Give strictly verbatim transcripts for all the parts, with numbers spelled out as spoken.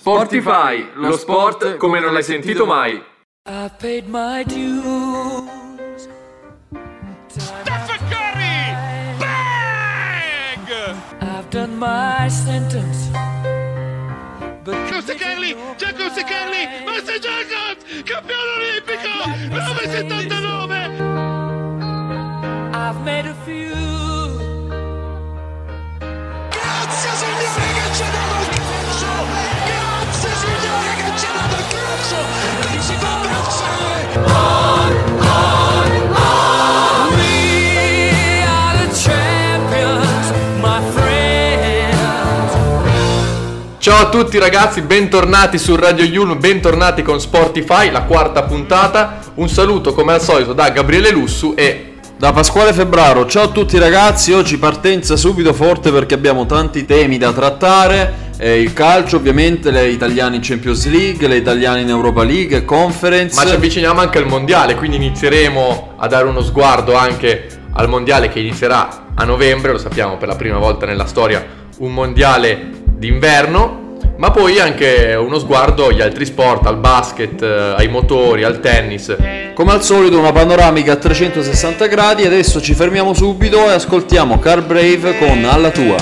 Sportify, lo sport come non l'hai sentito mai. I paid my dues. Stephen Curry! Bang! I've done my sentence. Giusto Carli, Giacomo Carli, Master Jacobs, campione olimpico, nove settantanove. I've made a few. Grazie signore che ci ha dato il calcio, grazie signore che ci ha dato il calcio, qui si fa abbracciare. On, on, on. We are the champions, my friends. Ciao a tutti ragazzi, bentornati su Radio Yulm, bentornati con Sportify, la quarta puntata. Un saluto come al solito da Gabriele Lussu e da Pasquale Febbraro. Ciao a tutti ragazzi, oggi partenza subito forte perché abbiamo tanti temi da trattare, eh, il calcio ovviamente, le italiane in Champions League, le italiane in Europa League, Conference. Ma ci avviciniamo anche al mondiale, quindi inizieremo a dare uno sguardo anche al mondiale che inizierà a novembre, lo sappiamo, per la prima volta nella storia un mondiale d'inverno. Ma poi anche uno sguardo agli altri sport, al basket, ai motori, al tennis. Come al solito una panoramica a trecentosessanta gradi. Adesso ci fermiamo subito e ascoltiamo Car Brave con Alla Tua.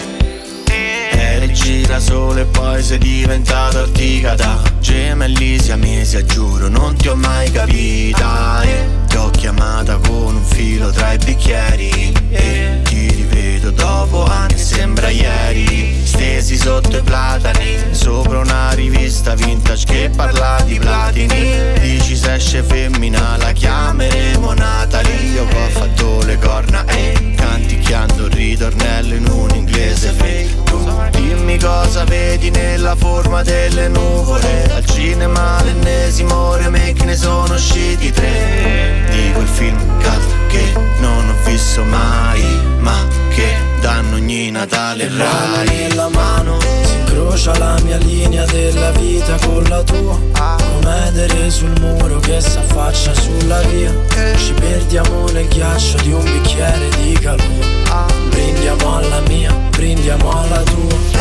Eri girasole e poi sei diventato ortica da gemelli siamesi, giuro non ti ho mai capita. Ti ho chiamata con un filo tra i bicchieri e ti rivedo dopo anni, sembra ieri. Stesi sotto i platani, sopra una rivista vintage che parla di platini. Dici se esce femmina la chiameremo Natalie. Io ho fatto le corna e canticchiando il ritornello in un inglese fake. Tu dimmi cosa vedi nella forma delle nuvole. Al cinema l'ennesimo remake, ne sono usciti tre. Di quel film cult che non ho visto mai, ma che danno ogni Natale Rai. Nella mano si incrocia la mia linea della vita con la tua, come edere sul muro che s'affaccia sulla via. Ci perdiamo nel ghiaccio di un bicchiere di calore. Brindiamo alla mia, brindiamo alla tua,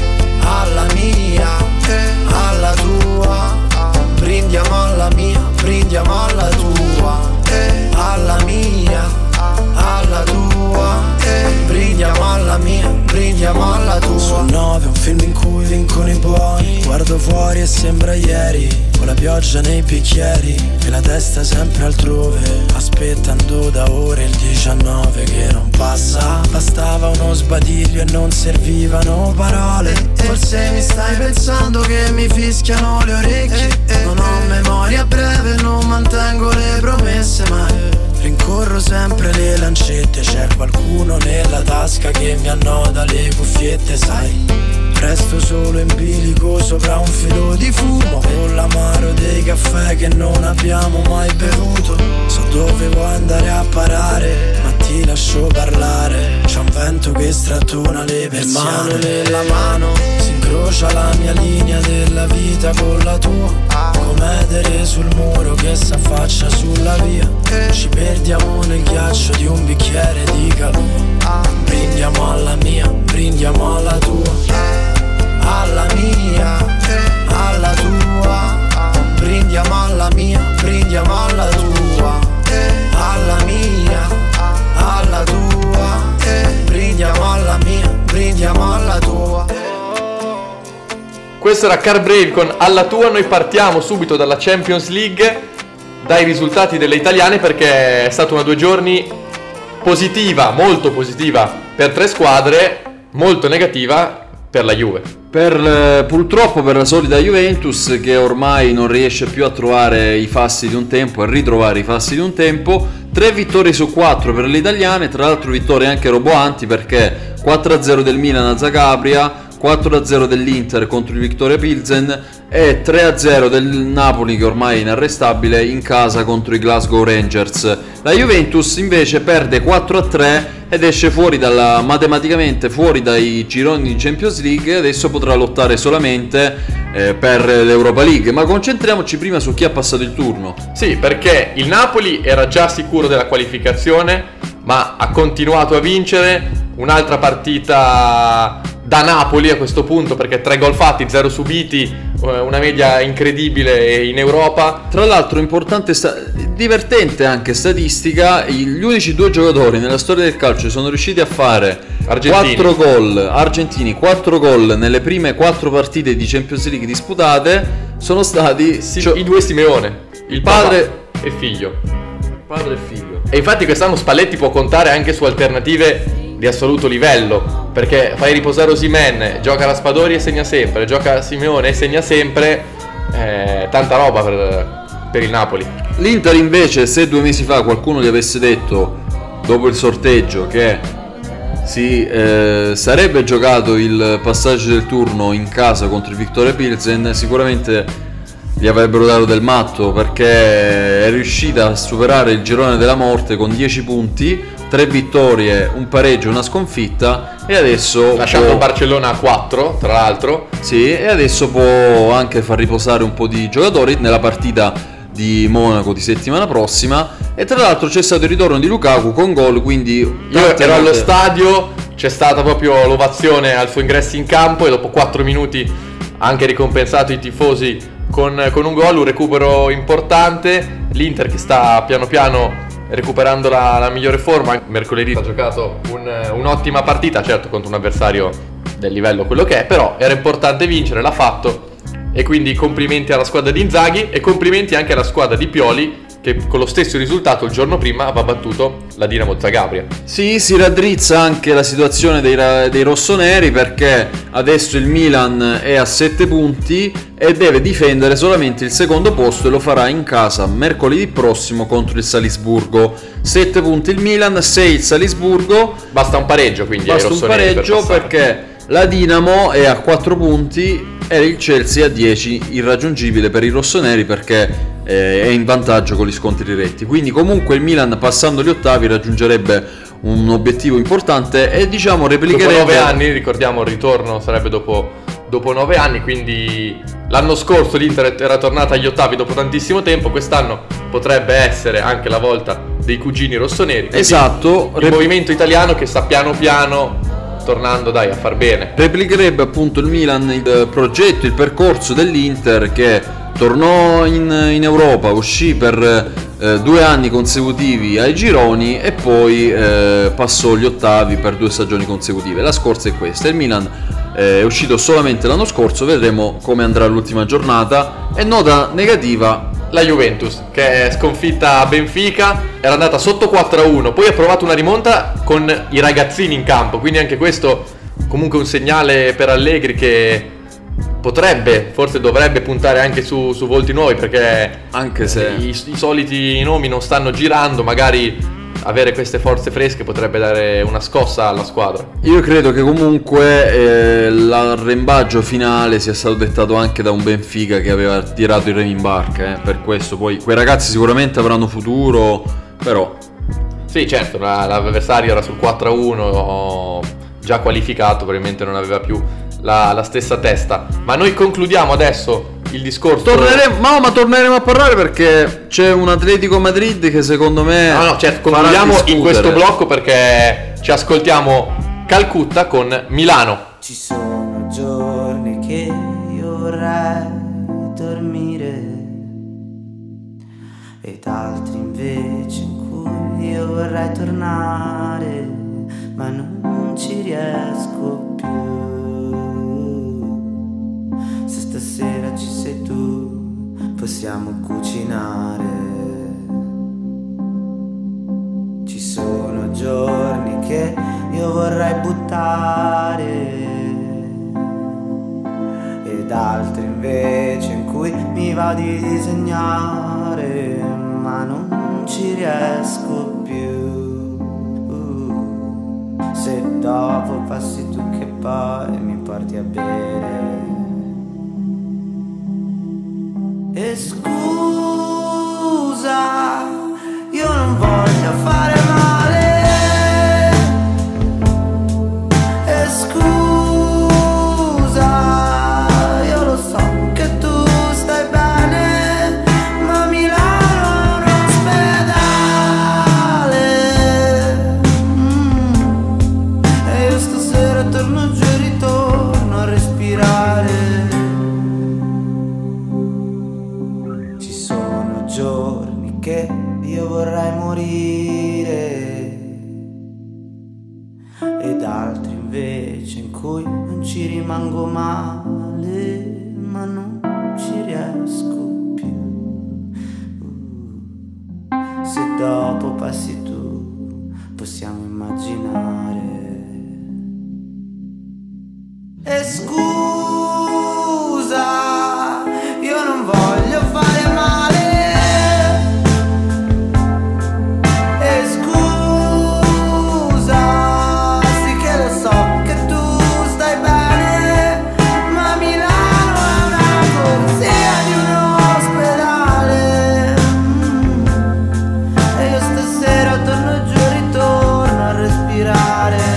alla mia, alla tua. Brindiamo alla mia, brindiamo alla tua, alla mia, alla tua. Brindiamo alla mia, brindiamo alla tua. Sul nove un film in cui vincono i buoni. Guardo fuori e sembra ieri, con la pioggia nei bicchieri e la testa sempre altrove, aspettando da ore il diciannove che non passa. Bastava uno sbadiglio e non servivano parole. Forse mi stai pensando che mi fischiano le orecchie. Non ho memoria breve, non mantengo le promesse mai. Rincorro sempre le lancette, c'è qualcuno nella tasca che mi annoda le cuffiette, sai. Resto solo in bilico sopra un filo di fumo, con l'amaro dei caffè che non abbiamo mai bevuto. So dove vuoi andare a parare, ma ti lascio parlare. C'è un vento che strattona le persiane. Mano nella mano si incrocia la mia linea della vita con la tua, come edere sul muro che s'affaccia sulla via. Ci perdiamo nel ghiaccio di un bicchiere di calore. Brindiamo alla mia, brindiamo alla tua, alla mia, alla tua. Brindiamo alla mia, brindiamo alla tua, alla mia, alla tua. Brindiamo alla mia, brindiamo alla tua. questo era Car Brave con Alla Tua. Noi partiamo subito dalla Champions League, dai risultati delle italiane, perché è stata una due giorni positiva, molto positiva per tre squadre, molto negativa per la Juve. Per, purtroppo per la solita Juventus, che ormai non riesce più a trovare i fasti di un tempo, a ritrovare i fasti di un tempo. Tre vittorie su quattro per le italiane, tra l'altro vittorie anche roboanti, perché quattro a zero del Milan a Zagabria, quattro a zero dell'Inter contro il Viktoria Pilsen e tre a zero del Napoli, che ormai è inarrestabile, in casa contro i Glasgow Rangers. La Juventus invece perde quattro a tre ed esce fuori dalla, matematicamente fuori dai gironi di Champions League, e adesso potrà lottare solamente eh, per l'Europa League. Ma concentriamoci prima su chi ha passato il turno. Sì, perché il Napoli era già sicuro della qualificazione, ma ha continuato a vincere. Un'altra partita da Napoli a questo punto, perché tre gol fatti, zero subiti, una media incredibile in Europa. Tra l'altro importante, sta- divertente anche statistica, gli unici due giocatori nella storia del calcio che sono riusciti a fare Argentini. quattro gol, argentini, quattro gol nelle prime quattro partite di Champions League disputate sono stati Sì, cioè, i due Simeone, il padre padre e figlio. padre e figlio. E infatti quest'anno Spalletti può contare anche su alternative di assoluto livello, perché fai riposare Osimhen, gioca Raspadori e segna sempre, gioca Simeone e segna sempre, eh, tanta roba per, per il Napoli. L'Inter invece, se due mesi fa qualcuno gli avesse detto dopo il sorteggio che si eh, sarebbe giocato il passaggio del turno in casa contro il Viktoria Pilsen, sicuramente gli avrebbero dato del matto, perché è riuscita a superare il girone della morte con dieci punti, tre vittorie, un pareggio, una sconfitta, e adesso Lasciando può- Barcellona a quattro, tra l'altro. sì, e adesso può anche far riposare un po' di giocatori nella partita di Monaco di settimana prossima. E tra l'altro c'è stato il ritorno di Lukaku con gol, quindi Io tante ero allo volte- stadio, c'è stata proprio l'ovazione al suo ingresso in campo e dopo quattro minuti ha anche ricompensato i tifosi con, con un gol, un recupero importante. L'Inter che sta piano piano recuperando la, la migliore forma. Mercoledì ha giocato un, un'ottima partita, certo contro un avversario del livello quello che è, però era importante vincere, l'ha fatto, e quindi complimenti alla squadra di Inzaghi e complimenti anche alla squadra di Pioli, che con lo stesso risultato il giorno prima aveva battuto la Dinamo Zagabria. Sì, si raddrizza anche la situazione dei, ra- dei rossoneri, perché adesso il Milan è a sette punti e deve difendere solamente il secondo posto, e lo farà in casa mercoledì prossimo contro il Salisburgo. sette punti il Milan, sei il Salisburgo. Basta un pareggio quindi ai Basta un rossoneri per pareggio passare. perché la Dinamo è a quattro punti e il Chelsea a dieci, irraggiungibile per i rossoneri perché eh, è in vantaggio con gli scontri diretti. Quindi comunque il Milan, passando gli ottavi, raggiungerebbe un obiettivo importante e diciamo replicherebbe... Dopo nove anni, ricordiamo, il ritorno sarebbe dopo, dopo nove anni, quindi l'anno scorso l'Inter era tornata agli ottavi dopo tantissimo tempo, quest'anno potrebbe essere anche la volta dei cugini rossoneri. Quindi Esatto, il rep- movimento italiano che sta piano piano tornando, dai, a far bene. replicherebbe appunto il Milan il progetto, il percorso dell'Inter, che tornò in, in Europa, uscì per eh, due anni consecutivi ai gironi e poi eh, passò gli ottavi per due stagioni consecutive. La scorsa è questa. Il Milan eh, è uscito solamente l'anno scorso, vedremo come andrà l'ultima giornata. E nota negativa: La Juventus, che è sconfitta a Benfica, era andata sotto quattro a uno, poi ha provato una rimonta con i ragazzini in campo, quindi anche questo comunque un segnale per Allegri, che potrebbe, forse dovrebbe puntare anche su, su volti nuovi, perché anche se i, i soliti nomi non stanno girando, magari avere queste forze fresche potrebbe dare una scossa alla squadra. io credo che comunque eh, l'arrembaggio finale sia stato dettato anche da un Benfica che aveva tirato i remi in barca, eh. Per questo poi quei ragazzi sicuramente avranno futuro, però Sì, certo, la- l'avversario era sul quattro a uno, già qualificato, probabilmente non aveva più la, la stessa testa. Ma noi concludiamo adesso il discorso. torneremo, no, ma torneremo a parlare perché c'è un Atletico Madrid che secondo me No, no, certo, farà concludiamo in discutere. questo blocco perché ci ascoltiamo Calcutta con Milano. Ci sono giorni che io vorrei dormire ed altri invece in cui io vorrei tornare, ma non ci riesco più. Se stasera ci sei tu, possiamo cucinare. Ci sono giorni che io vorrei buttare ed altri invece in cui mi va di disegnare, ma non ci riesco più. Se dopo passi tu che poi mi porti a bere. E scusa, io non voglio fare male. E scusa, io lo so che tu stai bene, ma Milano è un ospedale. Mm. E io stasera torno giù e ritorno. cui non ci rimango male, ma non ci riesco più. Uh, se dopo passi tu, possiamo immaginare. E scusa, io non voglio fare male. E scusa, sì che lo so che tu stai bene, ma Milano è una corsia di un ospedale. Mm. E io stasera torno giù e ritorno a respirare.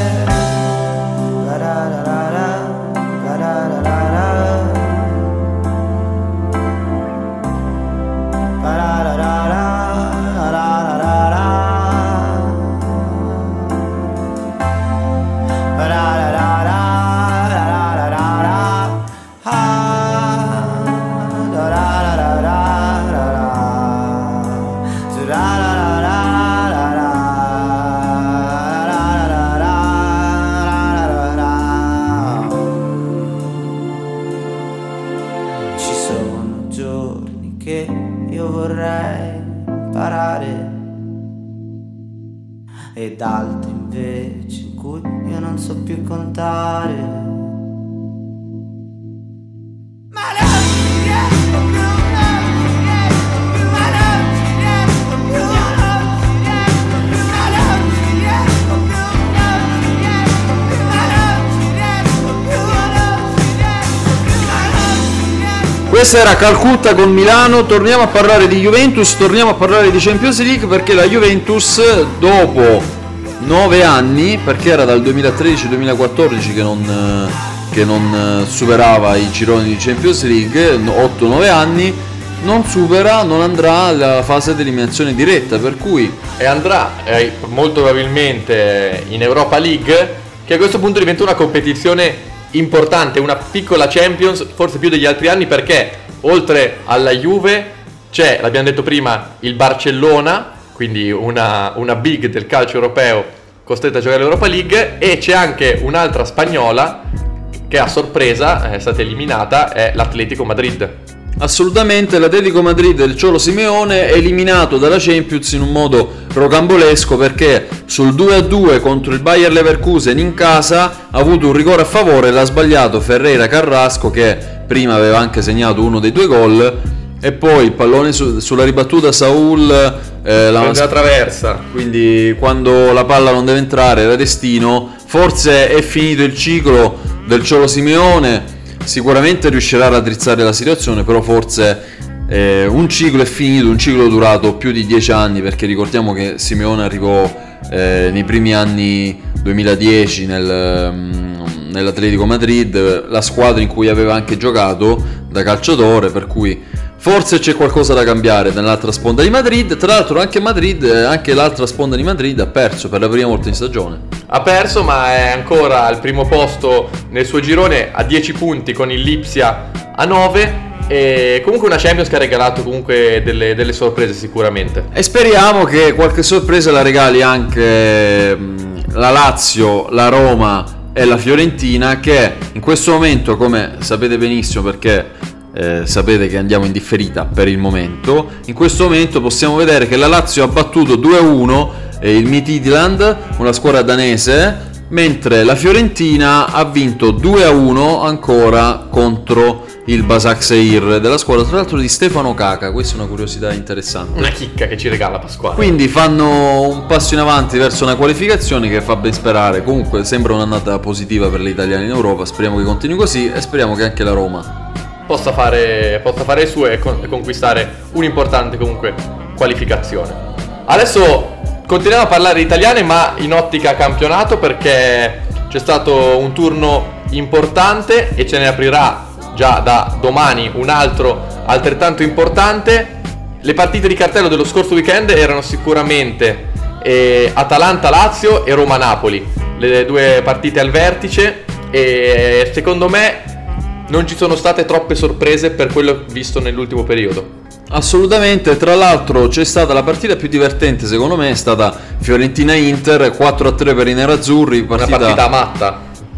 Ed altri invece in cui io non so più contare. Ma non ci riesco più, non ci riesco più, ma non ci riesco più, non ci riesco più, ma non ci riesco più, non ci riesco più, ma non ci riesco più, non ci riesco più, ma non ci riesco. Questa era Calcutta con Milano. Torniamo a parlare di Juventus, torniamo a parlare di Champions League, perché la Juventus dopo nove anni, perché era dal duemilatredici duemilaquattordici che non, che non superava i gironi di Champions League, otto nove anni, non supera, non andrà alla fase di eliminazione diretta, per cui e andrà eh, molto probabilmente in Europa League, che a questo punto diventa una competizione importante, una piccola Champions, forse più degli altri anni, perché oltre alla Juve c'è, l'abbiamo detto prima, il Barcellona, quindi una, una big del calcio europeo costretta a giocare l'Europa League, e c'è anche un'altra spagnola che a sorpresa è stata eliminata, è l'Atletico Madrid. assolutamente l'Atletico Madrid del Cholo Simeone è eliminato dalla Champions in un modo rocambolesco, perché sul due a due contro il Bayer Leverkusen in casa ha avuto un rigore a favore e l'ha sbagliato Ferreira Carrasco, che prima aveva anche segnato uno dei due gol. E poi il pallone su, sulla ribattuta Saul eh, la, la traversa. Quindi quando la palla non deve entrare era destino. Forse è finito il ciclo del Cholo Simeone, sicuramente riuscirà a raddrizzare la situazione, però forse eh, un ciclo è finito, un ciclo durato più di dieci anni, perché ricordiamo che Simeone arrivò eh, nei primi anni duemiladieci nel, um, nell'Atletico Madrid, la squadra in cui aveva anche giocato da calciatore, per cui forse c'è qualcosa da cambiare nell'altra sponda di Madrid. Tra l'altro anche Madrid, anche l'altra sponda di Madrid ha perso per la prima volta in stagione. Ha perso, ma è ancora al primo posto nel suo girone, a dieci punti con il Lipsia a nove. E comunque una Champions che ha regalato comunque delle, delle sorprese sicuramente. E speriamo che qualche sorpresa la regali anche la Lazio, la Roma e la Fiorentina, che in questo momento, come sapete benissimo perché Eh, sapete che andiamo in differita per il momento, in questo momento possiamo vedere che la Lazio ha battuto due a uno eh, il Midtjylland, una squadra danese, mentre la Fiorentina ha vinto due a uno ancora contro il Başakşehir, della squadra tra l'altro di Stefano Caca. Questa è una curiosità interessante, una chicca che ci regala Pasquale. Quindi fanno un passo in avanti verso una qualificazione che fa ben sperare. Comunque sembra un'annata positiva per gli italiani in Europa, speriamo che continui così e speriamo che anche la Roma possa fare, possa fare il suo e, con, e conquistare un'importante comunque qualificazione. Adesso continuiamo a parlare di italiane, ma in ottica campionato, perché c'è stato un turno importante e ce ne aprirà già da domani un altro altrettanto importante. Le partite di cartello dello scorso weekend erano sicuramente eh, Atalanta-Lazio e Roma-Napoli, le due partite al vertice, e secondo me non ci sono state troppe sorprese per quello visto nell'ultimo periodo. Assolutamente. Tra l'altro c'è stata la partita più divertente, secondo me, è stata Fiorentina-Inter, quattro a tre per i nerazzurri, partita, una partita matta.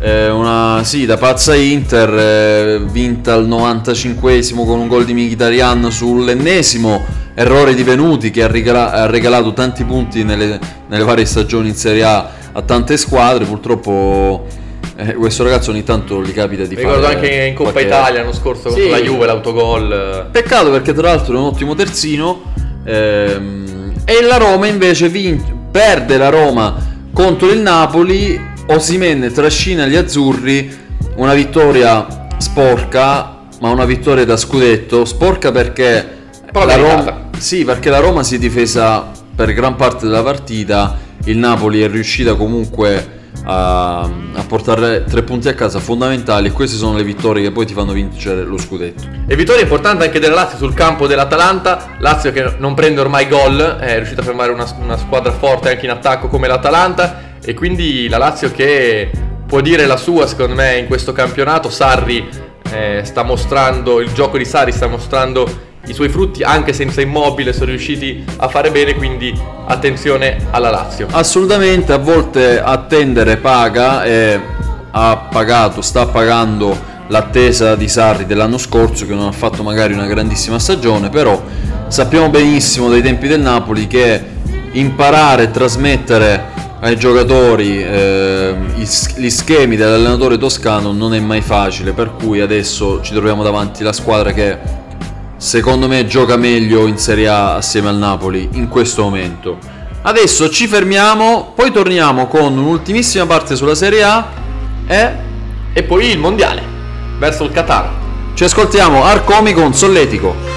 Eh, una, sì, da pazza Inter, eh, vinta al novantacinquesimo con un gol di Mkhitaryan sull'ennesimo errore di Venuti, che ha, regala- ha regalato tanti punti nelle, nelle varie stagioni in Serie A a tante squadre. Purtroppo eh, questo ragazzo ogni tanto gli capita di Mi fare. ricordo anche in Coppa qualche... Italia l'anno scorso Sì. contro la Juve, l'autogol. Peccato, perché tra l'altro è un ottimo terzino. ehm, e la Roma invece vin- perde la Roma contro il Napoli. Osimhen trascina gli azzurri, una vittoria sporca, ma una vittoria da scudetto. Sporca perché Però la meritata. Roma, sì, perché la Roma si è difesa per gran parte della partita. Il Napoli è riuscita comunque a, a portare tre punti a casa fondamentali, e queste sono le vittorie che poi ti fanno vincere lo scudetto. E vittoria importante anche della Lazio sul campo dell'Atalanta. Lazio che non prende ormai gol, è riuscita a fermare una, una squadra forte anche in attacco come l'Atalanta, e quindi la Lazio che può dire la sua secondo me in questo campionato. Sarri eh, sta mostrando, il gioco di Sarri sta mostrando i suoi frutti, anche senza Immobile sono riusciti a fare bene, quindi attenzione alla Lazio. Assolutamente, a volte attendere paga, e ha pagato, sta pagando l'attesa di Sarri dell'anno scorso, che non ha fatto magari una grandissima stagione, però sappiamo benissimo dai tempi del Napoli che imparare e trasmettere ai giocatori eh, gli schemi dell'allenatore toscano non è mai facile, per cui adesso ci troviamo davanti la squadra che secondo me gioca meglio in Serie A assieme al Napoli in questo momento. Adesso ci fermiamo, poi torniamo con un'ultimissima parte sulla Serie A e, E poi il mondiale verso il Qatar. ci ascoltiamo Arcomi con Solletico.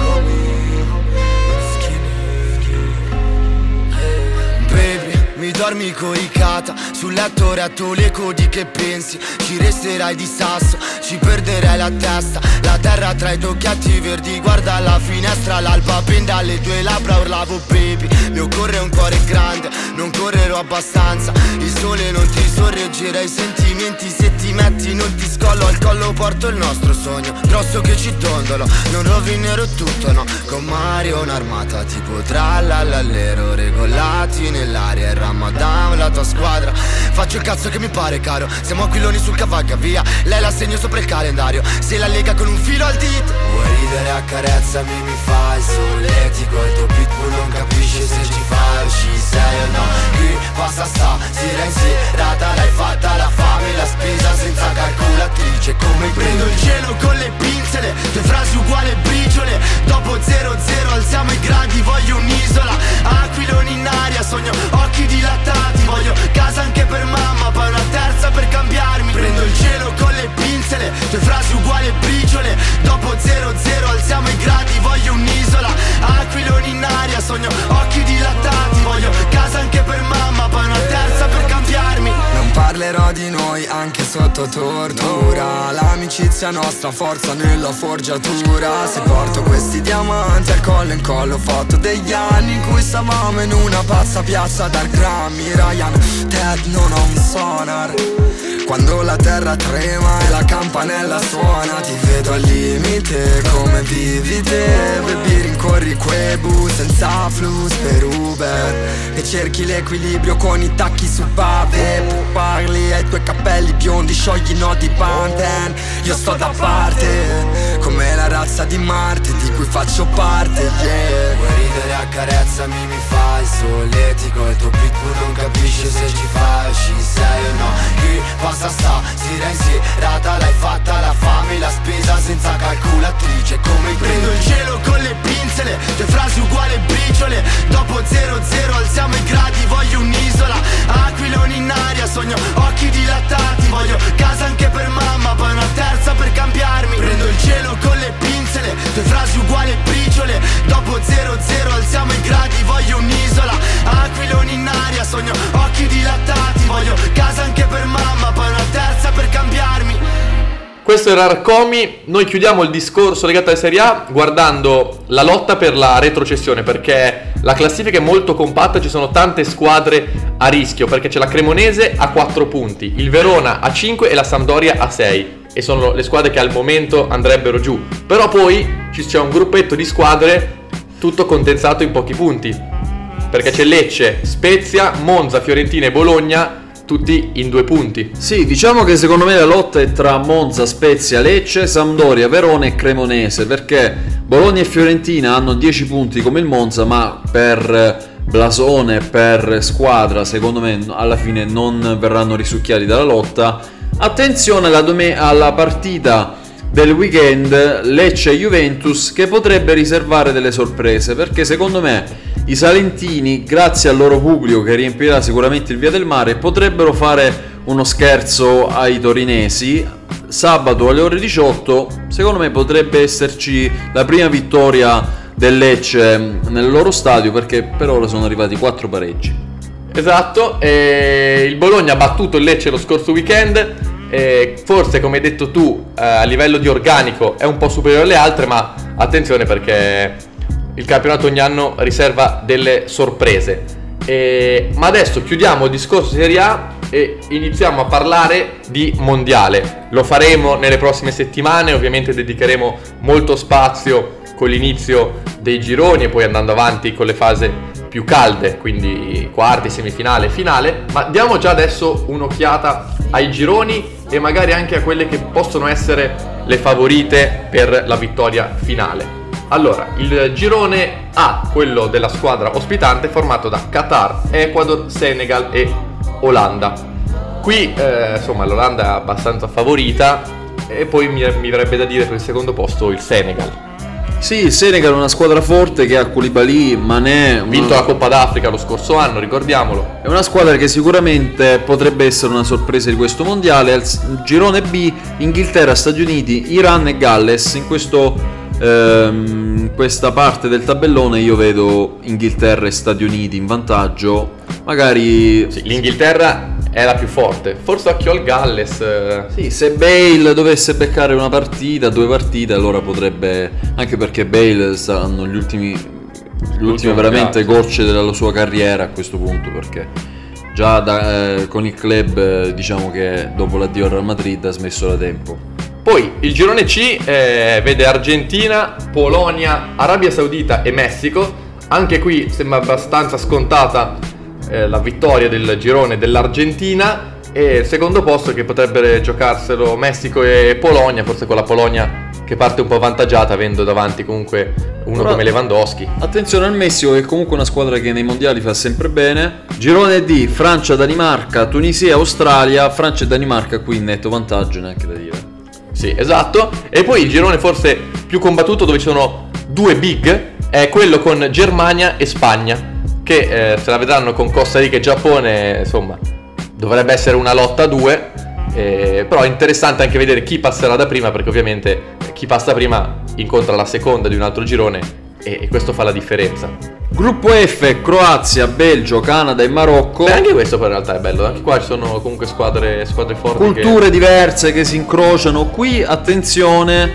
Mi dormi coricata, sul letto retto le codi che pensi. Ci resterai di sasso, ci perderai la testa. La terra tra i tocchetti verdi, guarda la finestra. L'alba pende alle tue labbra, urlavo baby. Mi occorre un cuore grande, non correrò abbastanza. Il sole non ti sorreggerà i sentimenti. Se ti metti non ti scollo, al collo porto il nostro sogno grosso che ci tondolo, non rovinerò tutto no. Con Mario un'armata tipo trallallallero, regolati nell'aria, il Ramadan la tua squadra. Faccio il cazzo che mi pare caro, siamo aquiloni sul cavalca via. Lei la segno sopra il calendario, se la lega con un filo al dito. Vuoi ridere, accarezzami, mi fai solletico. Il tuo pitbull non capisce se ci fai uscire, sei o no. Qui passa sta, sera in serata, l'hai fatta la fame, la spesa senza calcolatrice. Come prendo il cielo con le pinze, le tue frasi uguali briciole. Dopo zero zero alziamo i gradi, voglio un'isola. Aquiloni in aria, sogno occhi dilatati. Voglio casa anche per mamma, poi una terza per cambiarmi. Prendo il cielo con le pinze, le tue frasi uguali briciole. Dopo zero zero alziamo i gradi, voglio un'isola. Aquiloni in aria, sogno occhi dilatati. Voglio casa anche per mamma, poi una terza per cambiarmi. Non parlerò di noi anche sotto tortura. L'amicizia nostra forza nella forgiatura. Se porto questi diamanti al collo in collo, foto degli anni in cui stavamo in una pazza piazza dal Grammy. Ryan, Ted, non ho un sonar. Quando la terra trema e la campanella suona, ti vedo al limite come vivi te. Baby, rincorri quei bus senza flus per Uber e cerchi l'equilibrio con i tacchi su bave. Parli ai tuoi capelli biondi, sciogli i nodi Panten. Io sto da parte, come la razza di Marte di cui faccio parte, yeah. Vuoi ridere, accarezzami, mi fai solletico. Il tuo pitbull non capisce se ci fai uscire, sei o no. Qui passa sta, sera in serata, l'hai fatta la fame, la spesa senza calcolatrice. Come prendo il cielo con le pinze, le tue frasi uguali briciole. Dopo zero zero alziamo i gradi, voglio un'isola. Aquiloni in aria, sogno occhi dilatati. Voglio casa anche per mamma, poi una terza per cambiarmi. Prendo il cielo con le pinze, le tue frasi uguali briciole. Dopo zero zero alziamo i gradi, voglio un'isola. Aquiloni in aria, sogno occhi dilatati. Voglio casa anche per mamma, poi una terza per cambiarmi. Questo era Arcomi. Noi chiudiamo il discorso legato alla Serie A guardando la lotta per la retrocessione, perché la classifica è molto compatta, ci sono tante squadre a rischio, perché c'è la Cremonese a quattro punti, il Verona a cinque e la Sampdoria a sei, e sono le squadre che al momento andrebbero giù. Però poi c'è un gruppetto di squadre tutto condensato in pochi punti, perché c'è Lecce, Spezia, Monza, Fiorentina e Bologna tutti in due punti. Sì, diciamo che secondo me la lotta è tra Monza, Spezia, Lecce, Sampdoria, Verona e Cremonese, perché Bologna e Fiorentina hanno dieci punti come il Monza, ma per blasone, per squadra, secondo me alla fine non verranno risucchiati dalla lotta. Attenzione alla, dome- alla partita del weekend Lecce-Juventus, che potrebbe riservare delle sorprese, perché secondo me i salentini, grazie al loro pubblico che riempirà sicuramente il Via del Mare, potrebbero fare uno scherzo ai torinesi. Sabato alle ore diciotto secondo me potrebbe esserci la prima vittoria del Lecce nel loro stadio, perché per ora sono arrivati quattro pareggi. Esatto, e il Bologna ha battuto il Lecce lo scorso weekend, e forse come hai detto tu eh, a livello di organico è un po' superiore alle altre, ma attenzione perché il campionato ogni anno riserva delle sorprese. E, ma adesso chiudiamo il discorso Serie A e iniziamo a parlare di mondiale. Lo faremo nelle prossime settimane, ovviamente dedicheremo molto spazio con l'inizio dei gironi e poi andando avanti con le fasi più calde, quindi quarti, semifinale, finale. Ma diamo già adesso un'occhiata ai gironi e magari anche a quelle che possono essere le favorite per la vittoria finale. Allora, il girone A, quello della squadra ospitante, è formato da Qatar, Ecuador, Senegal e Olanda. Qui, eh, insomma, l'Olanda è abbastanza favorita e poi mi, mi verrebbe da dire per il secondo posto il Senegal. Sì, il Senegal è una squadra forte che ha Koulibaly, Mané, Ha vinto la Coppa d'Africa lo scorso anno, ricordiamolo. è una squadra che sicuramente potrebbe essere una sorpresa di questo mondiale. Al girone B, Inghilterra, Stati Uniti, Iran e Galles. In questo Ehm, questa parte del tabellone io vedo Inghilterra e Stati Uniti in vantaggio. Magari Sì, l'Inghilterra è la più forte, forse occhio al Galles. eh. sì, se Bale dovesse beccare una partita, due partite, allora potrebbe, anche perché Bale saranno gli ultimi le ultime veramente mondiale, gocce della sua carriera a questo punto, perché già da, eh, con il club eh, diciamo che dopo l'addio al Real Madrid ha smesso da tempo. Poi il girone C eh, vede Argentina, Polonia, Arabia Saudita e Messico. Anche qui sembra abbastanza scontata eh, la vittoria del girone dell'Argentina, e il secondo posto che potrebbero giocarselo Messico e Polonia, forse con la Polonia che parte un po' avvantaggiata avendo davanti comunque uno Però come Lewandowski. attenzione al Messico, che è comunque una squadra che nei mondiali fa sempre bene. Girone D, Francia, Danimarca, Tunisia, Australia. Francia e Danimarca qui in netto vantaggio, neanche da dire. Sì, esatto. E poi il girone forse più combattuto, dove ci sono due big, è quello con Germania e Spagna, che eh, se la vedranno con Costa Rica e Giappone. Insomma, dovrebbe essere una lotta a due, eh, però è interessante anche vedere chi passerà da prima, perché ovviamente chi passa prima incontra la seconda di un altro girone e, e questo fa la differenza. Gruppo F, Croazia, Belgio, Canada e Marocco. Beh, anche questo poi in realtà è bello, anche qua ci sono comunque squadre, squadre forti. Culture che... diverse che si incrociano. Qui attenzione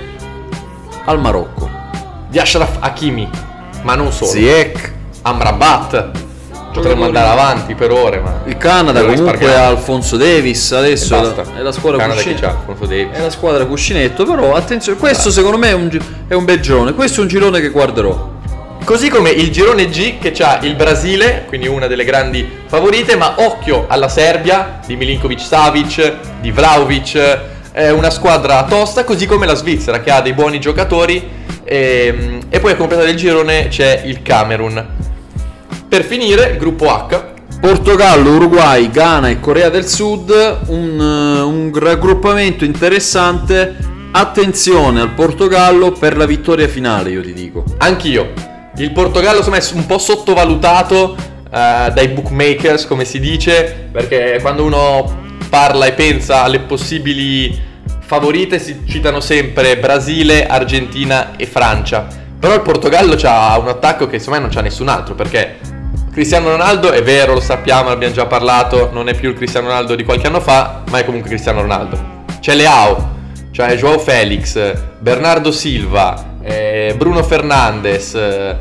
al Marocco. di Achraf Hakimi, ma non solo. Ziyech. Amrabat. Potremmo andare avanti per ore, ma Il Canada lo comunque risparmiamo. ha Alfonso Davis adesso, E è la, basta. è la squadra Canada chi cuscinetto. c'ha? Alfonso Davis. È la squadra cuscinetto, però attenzione, questo secondo me è un, gi- è un bel girone. Questo è un girone che guarderò. Così come il girone G, che c'ha il Brasile, quindi una delle grandi favorite, ma occhio alla Serbia di Milinkovic-Savic, di Vlahovic, è una squadra tosta, così come la Svizzera che ha dei buoni giocatori, e, e poi a completare il girone c'è il Camerun. Per finire il gruppo H. Portogallo, Uruguay, Ghana e Corea del Sud, un, uh, un raggruppamento interessante. Attenzione al Portogallo per la vittoria finale, io ti dico. Anch'io. Il Portogallo secondo me è un po' sottovalutato eh, dai bookmakers, come si dice, perché quando uno parla e pensa alle possibili favorite si citano sempre Brasile, Argentina e Francia. Però il Portogallo ha un attacco che secondo me non c'ha nessun altro, perché Cristiano Ronaldo, è vero, lo sappiamo, ne abbiamo già parlato, non è più il Cristiano Ronaldo di qualche anno fa, ma è comunque Cristiano Ronaldo. C'è Leao, c'è Joao Felix, Bernardo Silva, eh, Bruno Fernandes,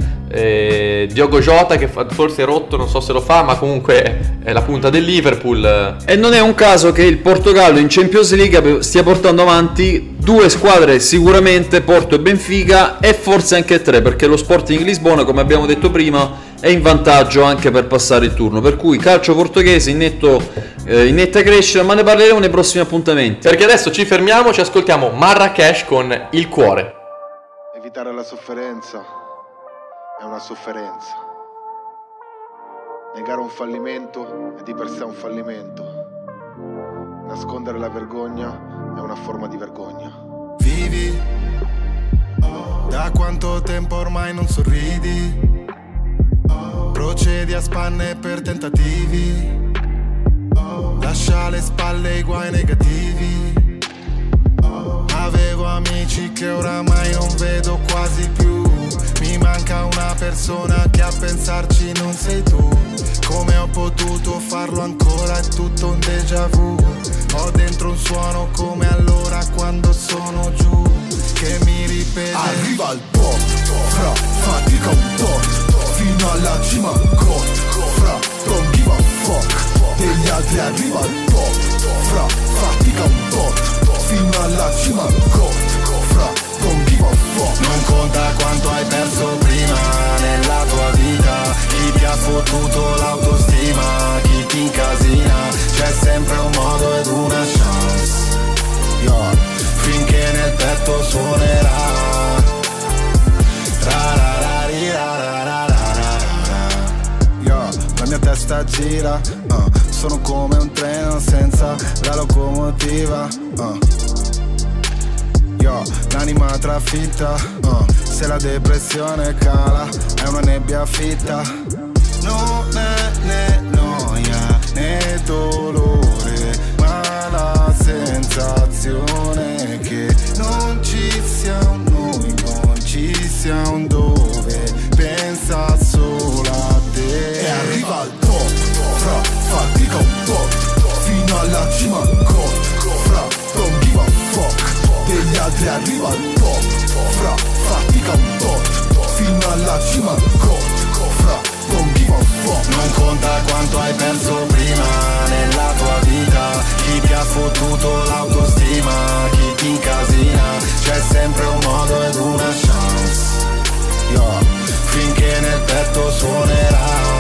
eh, Diogo Jota che fa, forse è rotto, non so se lo fa, ma comunque è la punta del Liverpool. E non è un caso che il Portogallo in Champions League stia portando avanti due squadre, sicuramente Porto e Benfica, e forse anche tre, perché lo Sporting Lisbona, come abbiamo detto prima, è in vantaggio anche per passare il turno, per cui calcio portoghese in, netto, eh, in netta crescita, ma ne parleremo nei prossimi appuntamenti. Perché adesso ci fermiamo, ci ascoltiamo Marrakesh con Il cuore. Evitare la sofferenza è una sofferenza. Negare un fallimento è di per sé un fallimento. Nascondere la vergogna è una forma di vergogna. Vivi, da quanto tempo ormai non sorridi? Procedi a spanne per tentativi. Lascia alle spalle i guai negativi. Avevo amici che oramai non vedo quasi più. Mi manca una persona che a pensarci non sei tu. Come ho potuto farlo ancora, è tutto un déjà vu. Ho dentro un suono come allora quando sono giù, che mi ripete. Arriva al pop, fra, fatica un po', fino alla cima ancora, fra, don't give a fuck, degli altri arriva al pop, fra, fatica un po', fino alla cima ancora, fra, don't give a fuck. Non conta quanto hai perso prima nella tua vita, chi ti ha fottuto l'autostima, chi ti incasina, c'è sempre un modo ed una chance, yeah. Finché nel petto suonerà. Yeah, la mia testa gira, uh, sono come un treno senza la locomotiva, uh. Yo, l'anima trafitta, uh, se la depressione cala è una nebbia fitta. Non è né noia né dolore, ma la sensazione che non ci sia un noi, non ci sia un dove, pensa solo a te. E arriva al top, fra, fatica un po', fino alla cima ancora, fra, don't give a fuck, degli altri arriva al top, fra, fatica un po', fino alla cima ancora, fra, don't give a fuck. Non conta quanto hai perso prima nella tua vita, chi ti ha fottuto l'autostima, chi ti incasina, c'è sempre un modo ed una chance, yeah. Finché nel petto suonerà.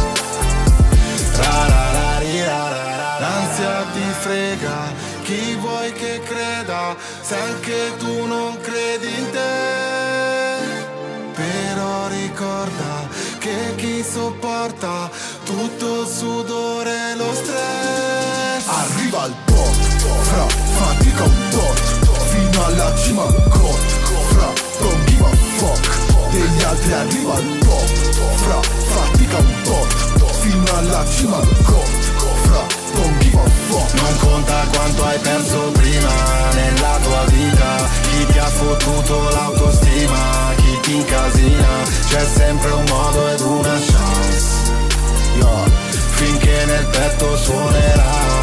L'ansia ti frega, chi vuoi che creda, se anche tu non credi in te. Però ricorda che chi sopporta tutto il sudore e lo stress. Arriva al pop, fra, fatica un po', fino alla cima ancora, fra, don't give a fuck, degli altri arriva al pop, fra, fatica un po', fino alla cima ancora, fra, don't give a fuck. Non conta quanto hai perso prima nella tua vita, chi ti ha fottuto l'autostima, chi ti incasina, c'è sempre un modo ed una chance, yeah. Finché nel petto suonerà.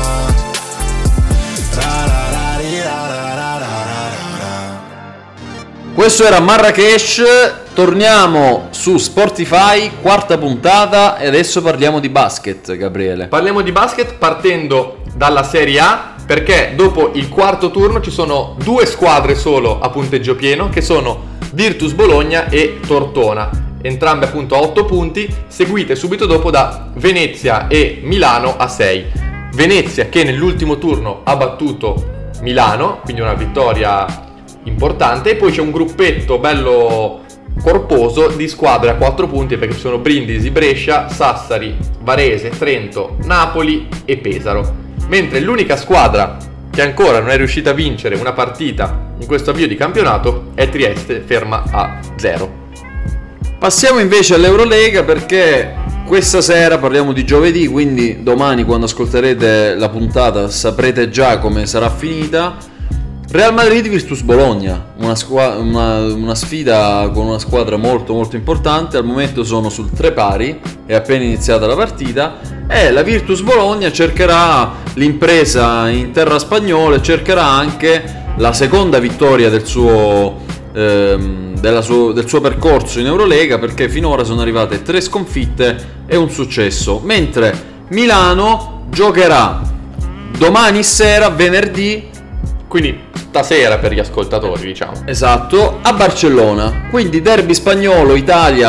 Questo era Marrakesh, torniamo su Spotify, quarta puntata, e adesso parliamo di basket, Gabriele. Parliamo di basket partendo dalla Serie A, perché dopo il quarto turno ci sono due squadre solo a punteggio pieno, che sono Virtus Bologna e Tortona, entrambe appunto a otto punti, seguite subito dopo da Venezia e Milano a sei. Venezia che nell'ultimo turno ha battuto Milano, quindi una vittoria importante, e poi c'è un gruppetto bello corposo di squadre a quattro punti, perché ci sono Brindisi, Brescia, Sassari, Varese, Trento, Napoli e Pesaro, mentre l'unica squadra che ancora non è riuscita a vincere una partita in questo avvio di campionato è Trieste, ferma a zero. Passiamo invece all'Eurolega, perché questa sera parliamo di giovedì, quindi domani quando ascolterete la puntata saprete già come sarà finita. Real Madrid Virtus Bologna, una, squa- una, una sfida con una squadra molto molto importante. Al momento sono sul tre pari, è appena iniziata la partita, e la Virtus Bologna cercherà l'impresa in terra spagnola e cercherà anche la seconda vittoria del suo, ehm, della suo, del suo percorso in Eurolega, perché finora sono arrivate tre sconfitte e un successo, mentre Milano giocherà domani sera, venerdì, quindi stasera per gli ascoltatori, diciamo. Esatto, a Barcellona. Quindi derby spagnolo, Italia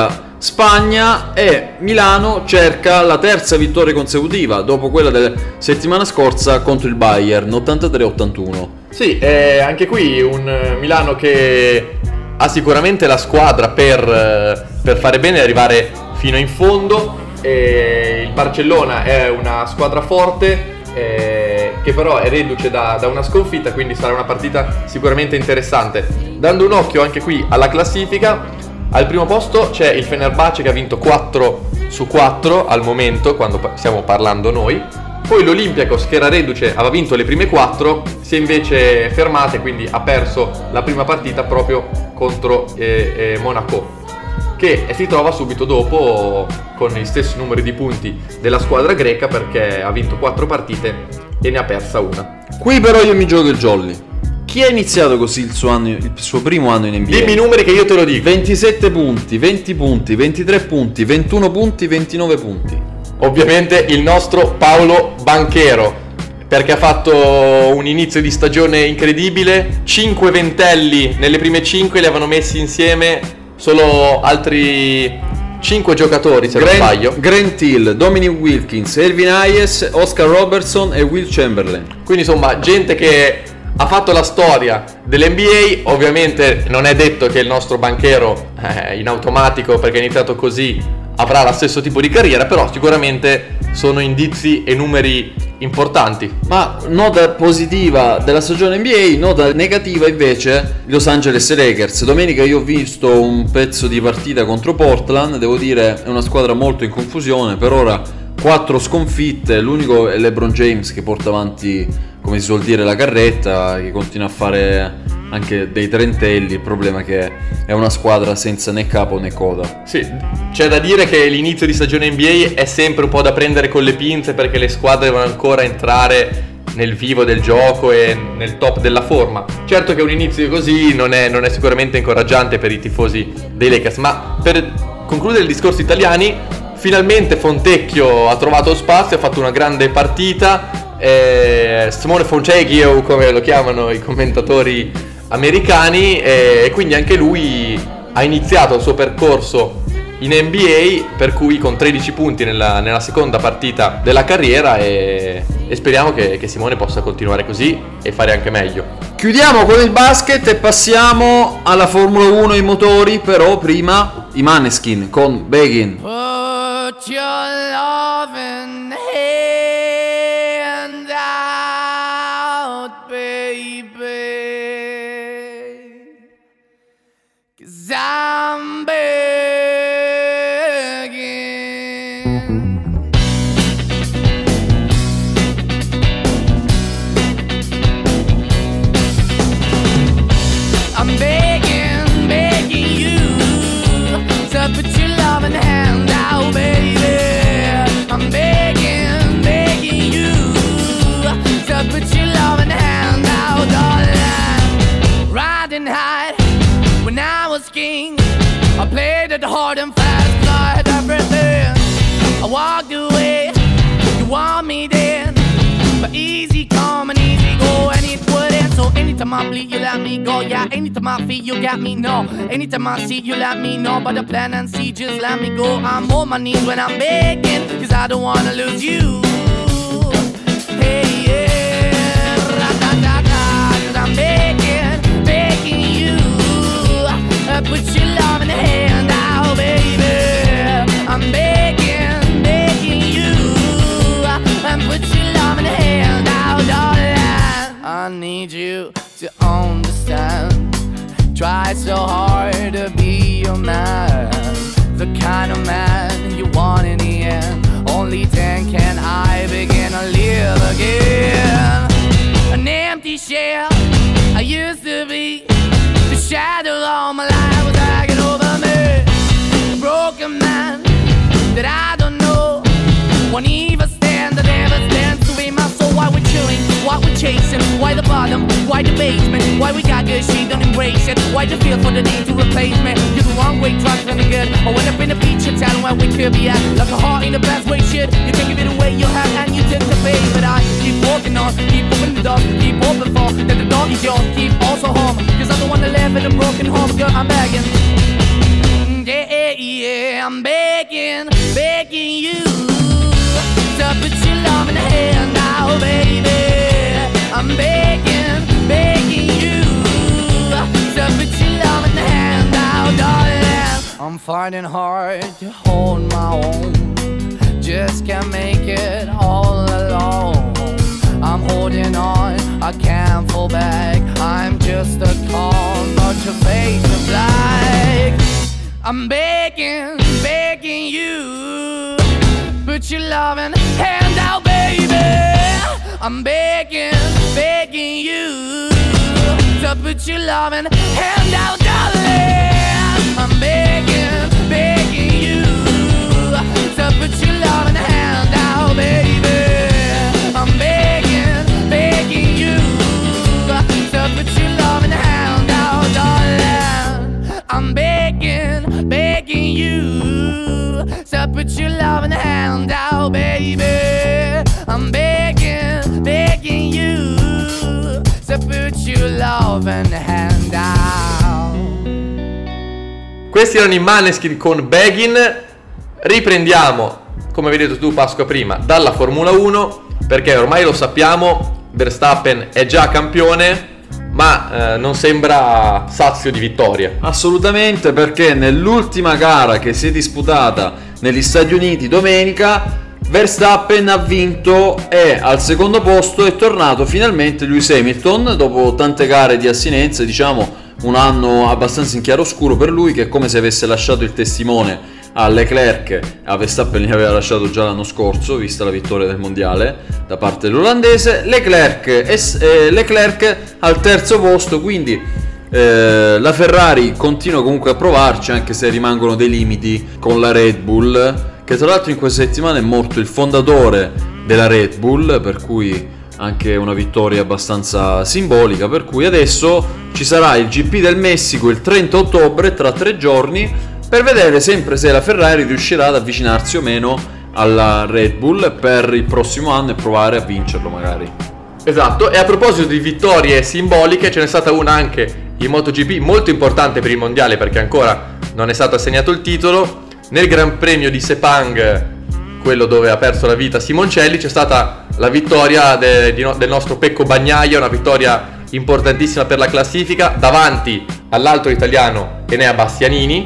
Spagna, e Milano cerca la terza vittoria consecutiva dopo quella della settimana scorsa contro il Bayern, ottantatré a ottantuno. Sì, eh, anche qui un Milano che ha sicuramente la squadra per, per fare bene e arrivare fino in fondo. E il Barcellona è una squadra forte, eh, che però è reduce da, da una sconfitta, quindi sarà una partita sicuramente interessante. Dando un occhio anche qui alla classifica, al primo posto c'è il Fenerbahce che ha vinto quattro su quattro al momento, quando stiamo parlando noi. Poi l'Olympiakos, che era reduce, aveva vinto le prime quattro, si è invece fermata e quindi ha perso la prima partita proprio contro eh, eh, Monaco, che si trova subito dopo con gli stessi numeri di punti della squadra greca, perché ha vinto quattro partite e ne ha persa una. Qui però io mi gioco il jolly. Chi ha iniziato così il suo, anno, il suo primo anno in N B A? Dimmi i numeri che io te lo dico. ventisette punti, venti punti, ventitré punti, ventuno punti, ventinove punti. Ovviamente il nostro Paolo Banchero, perché ha fatto un inizio di stagione incredibile. Cinque ventelli nelle prime cinque, li avevano messi insieme solo altri cinque giocatori, se non sbaglio. Grant Hill, Dominic Wilkins, Elvin Hayes, Oscar Robertson e Will Chamberlain. Quindi insomma gente che ha fatto la storia dell'N B A. Ovviamente non è detto che il nostro Banchero eh, in automatico, perché è iniziato così, avrà lo stesso tipo di carriera, però sicuramente sono indizi e numeri importanti. Ma nota positiva della stagione N B A, nota negativa invece Los Angeles Lakers. Domenica io ho visto un pezzo di partita contro Portland, devo dire è una squadra molto in confusione, per ora quattro sconfitte, l'unico è LeBron James che porta avanti, come si suol dire, la carretta, che continua a fare anche dei trentelli. Il problema è che è una squadra senza né capo né coda. Sì, c'è da dire che l'inizio di stagione N B A è sempre un po' da prendere con le pinze, perché le squadre devono ancora entrare nel vivo del gioco e nel top della forma. Certo che un inizio così non è, non è sicuramente incoraggiante per i tifosi dei Lakers, ma per concludere il discorso italiani, finalmente Fontecchio ha trovato spazio, ha fatto una grande partita. eh, Simone Fontecchio, come lo chiamano i commentatori americani, e quindi anche lui ha iniziato il suo percorso in N B A, per cui con tredici punti nella, nella seconda partita della carriera, e, e speriamo che, che Simone possa continuare così e fare anche meglio. Chiudiamo con il basket e passiamo alla Formula uno, i motori, però prima i Maneskin con Begin. Put your loving hand out, baby, 'cause I'm begging. I'm begging, begging you to put your loving hand out, baby. I'm begging, begging you to put your loving hand out, darling. Riding high when I was king, I played it hard and fast, I had everything. I walked away, you want me then, but easy come and easy go, and it wouldn't. So anytime I bleed, you let me go. Yeah, anytime I feel, you got me, no. Anytime I see, you let me know. But the plan and see, just let me go. I'm on my knees when I'm begging, 'cause I don't wanna lose you. Hey, yeah, ra-da-da-da, 'cause I'm begging, begging you, uh, put your love in the hand out, baby. I'm begging, begging you, uh, and put your love in the hand out, darling. I need you to understand. Try so hard to be your man, the kind of man you want in the end. Only then can I begin to live again. An empty shell I used to be, the shadow all my life was hanging over me. A broken man that I don't know won't even stand, that never stands to be my soul. Why we're chilling, why we're chasing, why the bottom, why the basement, why we got good, she don't embrace it. Why the feel for the need to replace me? You're the wrong way, trying to be good. I went up in the feature town where we could be at, like a heart in the best way, shit. You can give it away, you have, and you tend to pay. But I keep walking on, keep moving the dog, keep open for that the dog is yours, keep also home, 'cause I'm the one that live in a broken home, girl, I'm begging. Yeah, yeah, I'm begging, begging you to put your loving hand out, baby. I'm begging, begging you to put your loving hand out, darling. I'm fighting hard to hold my own, just can't make it all alone. I'm holding on, I can't fall back. I'm just a call, but your face is black. I'm begging, begging you, put your loving hand out, baby. I'm begging, begging you to put your loving hand out, darling. I'm begging, begging you to put your loving hand out, baby. I'm begging, begging you to put your loving hand out, darling. I'm begging, begging you to put your loving hand out, baby. I'm begging, begging you to put your loving hand out. Questi erano i Maneskin con Beggin. Riprendiamo, come avevi detto tu Pasqua prima, dalla Formula uno, perché ormai lo sappiamo, Verstappen è già campione, ma eh, non sembra sazio di vittoria. Assolutamente, perché nell'ultima gara che si è disputata negli Stati Uniti domenica, Verstappen ha vinto e al secondo posto è tornato finalmente Lewis Hamilton dopo tante gare di assinenza, diciamo un anno abbastanza in chiaroscuro per lui, che è come se avesse lasciato il testimone a Leclerc. A Verstappen li aveva lasciato già l'anno scorso, vista la vittoria del mondiale da parte dell'olandese. Leclerc, e, eh, Leclerc al terzo posto, quindi eh, la Ferrari continua comunque a provarci, anche se rimangono dei limiti con la Red Bull, che tra l'altro in questa settimana è morto il fondatore della Red Bull, per cui anche una vittoria abbastanza simbolica, per cui adesso ci sarà il G P del Messico il trenta ottobre, tra tre giorni, per vedere sempre se la Ferrari riuscirà ad avvicinarsi o meno alla Red Bull per il prossimo anno e provare a vincerlo magari. Esatto, e a proposito di vittorie simboliche, ce n'è stata una anche in MotoGP molto importante per il mondiale, perché ancora non è stato assegnato il titolo. Nel Gran Premio di Sepang, quello dove ha perso la vita Simoncelli, c'è stata la vittoria de, di no, del nostro Pecco Bagnaia, una vittoria importantissima per la classifica, davanti all'altro italiano Enea Bastianini,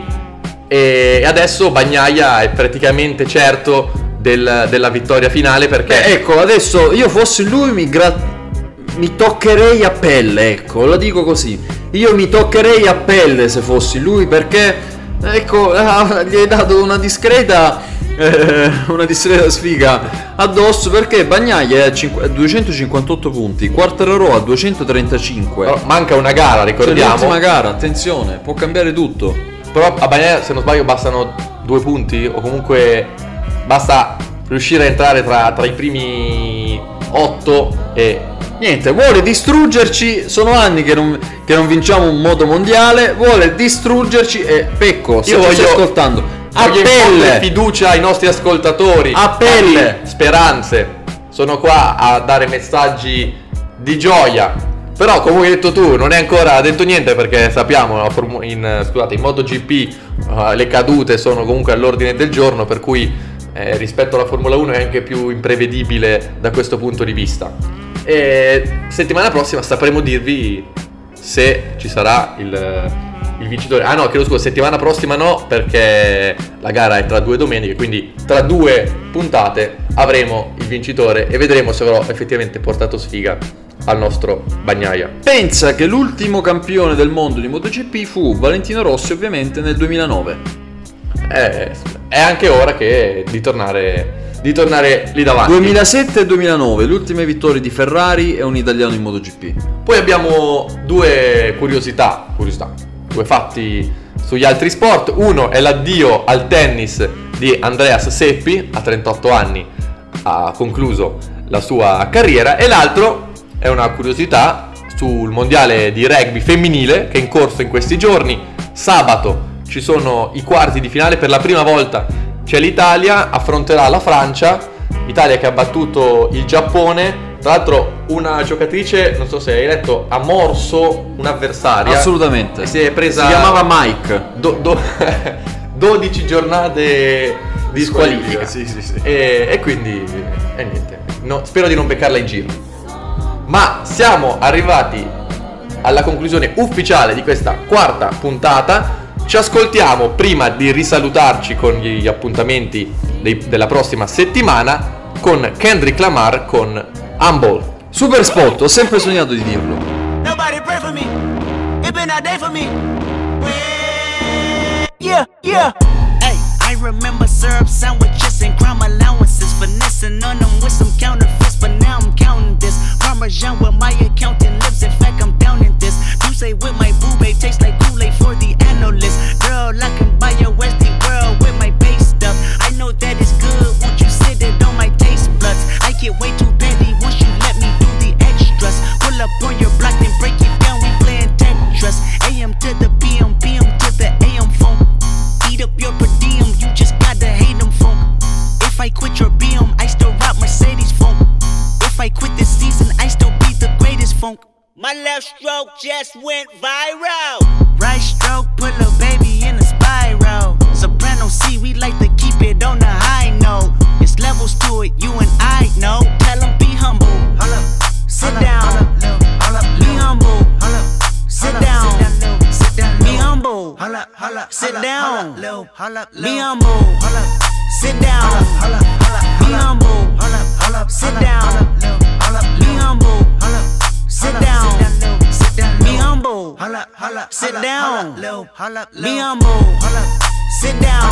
e adesso Bagnaia è praticamente certo del, della vittoria finale, perché Beh, ecco, adesso io fossi lui mi, gra- mi toccherei a pelle, ecco, lo dico così, io mi toccherei a pelle se fossi lui, perché ecco, gli hai dato una discreta eh, una discreta sfiga addosso, perché Bagnaia è a cinque, duecentocinquantotto punti, Quartararo a duecentotrentacinque. Però manca una gara, ricordiamo. C'è l'ultima gara, attenzione, può cambiare tutto. Però a Bagnaia, se non sbaglio, bastano due punti, o comunque basta riuscire a entrare tra, tra i primi otto e niente, vuole distruggerci. Sono anni che non, che non vinciamo un moto mondiale, vuole distruggerci. E Pecco, se io ci voglio, stai ascoltando, a voglio pelle, fiducia ai nostri ascoltatori, a pelle, speranze. Sono qua a dare messaggi di gioia. Però, come hai detto tu, non è ancora detto niente, perché sappiamo in, scusate, in MotoGP uh, le cadute sono comunque all'ordine del giorno, per cui eh, rispetto alla Formula uno è anche più imprevedibile da questo punto di vista. E settimana prossima sapremo dirvi se ci sarà il, il vincitore. Ah no, chiedo scusa, settimana prossima no, perché la gara è tra due domeniche, quindi tra due puntate avremo il vincitore e vedremo se avrò effettivamente portato sfiga al nostro Bagnaia. Pensa che l'ultimo campione del mondo di MotoGP fu Valentino Rossi, ovviamente nel duemilanove. Eh, è anche ora che di tornare di tornare lì davanti. duemilasette e duemilanove, le ultime vittorie di Ferrari e un italiano in MotoGP. Poi abbiamo due curiosità, curiosità, due fatti sugli altri sport. Uno è l'addio al tennis di Andreas Seppi, a trentotto anni ha concluso la sua carriera, e l'altro è una curiosità sul mondiale di rugby femminile che è in corso in questi giorni. Sabato ci sono i quarti di finale, per la prima volta c'è l'Italia, affronterà la Francia, Italia che ha battuto il Giappone. Tra l'altro una giocatrice, non so se hai letto, ha morso un'avversaria. Assolutamente. E si è presa, si chiamava Mike. do, do, dodici giornate di squalifica. Sì, sì, sì. E, e quindi e niente. No, spero di non beccarla in giro. Ma siamo arrivati alla conclusione ufficiale di questa quarta puntata. Ci ascoltiamo prima di risalutarci con gli appuntamenti dei, della prossima settimana con Kendrick Lamar con Humble. Super spot, ho sempre sognato di dirlo. Nobody pray for me. It been a day for me. Yeah, yeah. Hey, I remember syrup sandwiches and crime allowances, finessing on them with some counterfeits, but now I'm counting this. Parmesan with my accountant lips. In fact, I'm down in this. You say with my boo babe tastes like Kool-Aid for the analyst. Girl, I can buy your Westie world with my base stuff. I know that it's good. Won't you sit it on my taste buds? I get way too petty once you let me do the extras. Pull up on your block and break it down. We playing Tetris. A M to the P M, P M to the A M phone. Eat up your per diem. You just gotta hate them funk. If I quit your B M, I still rock Mercedes funk. If I quit this season, I still be the greatest funk. My left stroke just went viral. Right stroke put a baby in a spiral. Soprano C, we like to keep it on the high note. It's levels to it, you and I know. Tell them be humble. Sit down. Be humble. Sit down. Be humble. Sit down. Be humble. Sit down. Be humble. Sit down. Be humble. Sit down. Be humble. Sit down. Be humble. Sit down.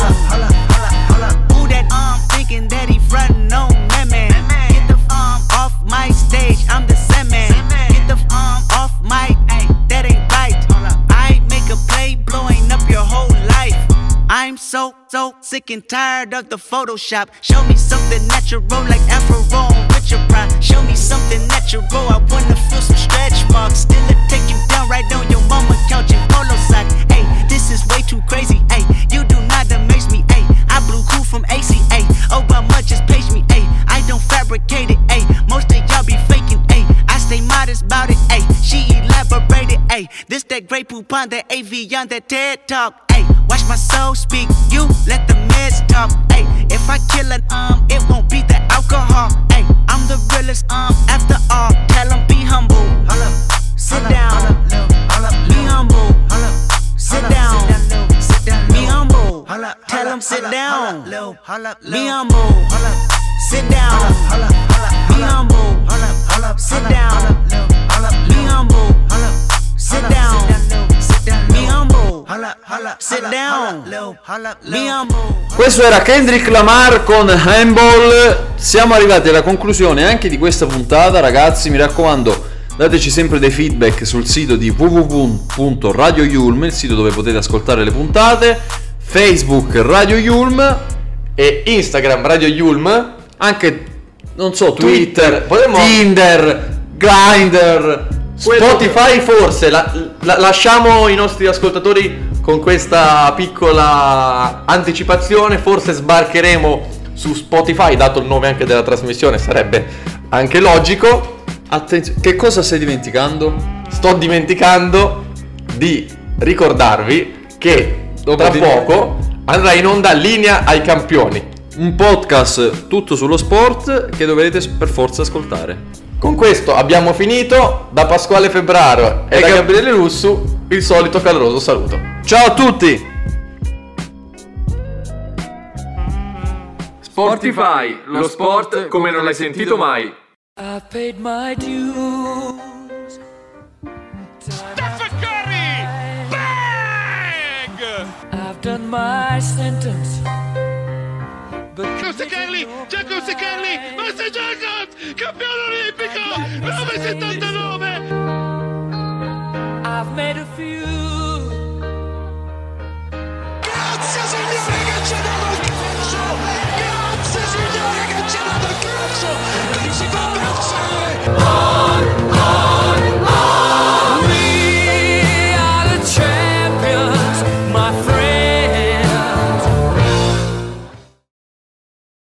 Who that um thinking that he frontin' on that man? Get the um off my stage. I'm the same man. Get the um off my ay, that ain't right. I make a play blowing up your whole life. I'm so so sick and tired of the Photoshop. Show me something natural like Afro on Richard Pryor. Show me something natural. I wanna feel some stretch marks. Still it take you down right on your mama couch in polo socks. Hey, this is way too crazy. Hey, you do not amaze me. Hey, I blew cool from A C A. Obama just page me. Hey, I don't fabricate it. Hey, most of y'all be faking. Hey, I stay modest about it. Hey, she elaborated. Hey, this that Grey Poupon, that A V on that TED Talk. Hey, watch my soul speak. You let the meds talk. Hey, if I kill an um, it won't be the alcohol. Hey, I'm the realest um after all. Tell 'em be humble. Sit down. Be humble. Sit down. Be humble. Tell 'em sit down. Be humble. Sit down. Be humble. Sit down. Be humble. Sit down. Be humble. Sit down. Be humble. Questo era Kendrick Lamar con Handball. Siamo arrivati alla conclusione anche di questa puntata, ragazzi. Mi raccomando, dateci sempre dei feedback sul sito di w w w punto radio yulm, il sito dove potete ascoltare le puntate, Facebook Radio Yulm e Instagram Radio Yulm, anche non so Twitter, Twitter potremmo... Tinder, Grindr, Spotify forse la, la, lasciamo i nostri ascoltatori con questa piccola anticipazione. Forse sbarcheremo su Spotify, dato il nome anche della trasmissione, sarebbe anche logico. Attenzione, che cosa stai dimenticando? Sto dimenticando di ricordarvi che Dopo tra di- poco andrà in onda Linea ai Campioni, Un podcast tutto sullo sport che dovrete per forza ascoltare. Con questo abbiamo finito. Da Pasquale Febbraro e, E da Gab- Gabriele Russu il solito caloroso saluto. Ciao a tutti! Spotify, lo sport come non l'hai sentito mai. I paid my dues. Stephen Curry! Bang! I've done my sentence. But Giusto Kelly! Giacomo Kelly! Master Jacobs! Campione olimpico! nove settantanove! I've made a few. Grazie signore che ci ha dato il calcio! Grazie signore che ci ha dato il calcio! Non si può pensare!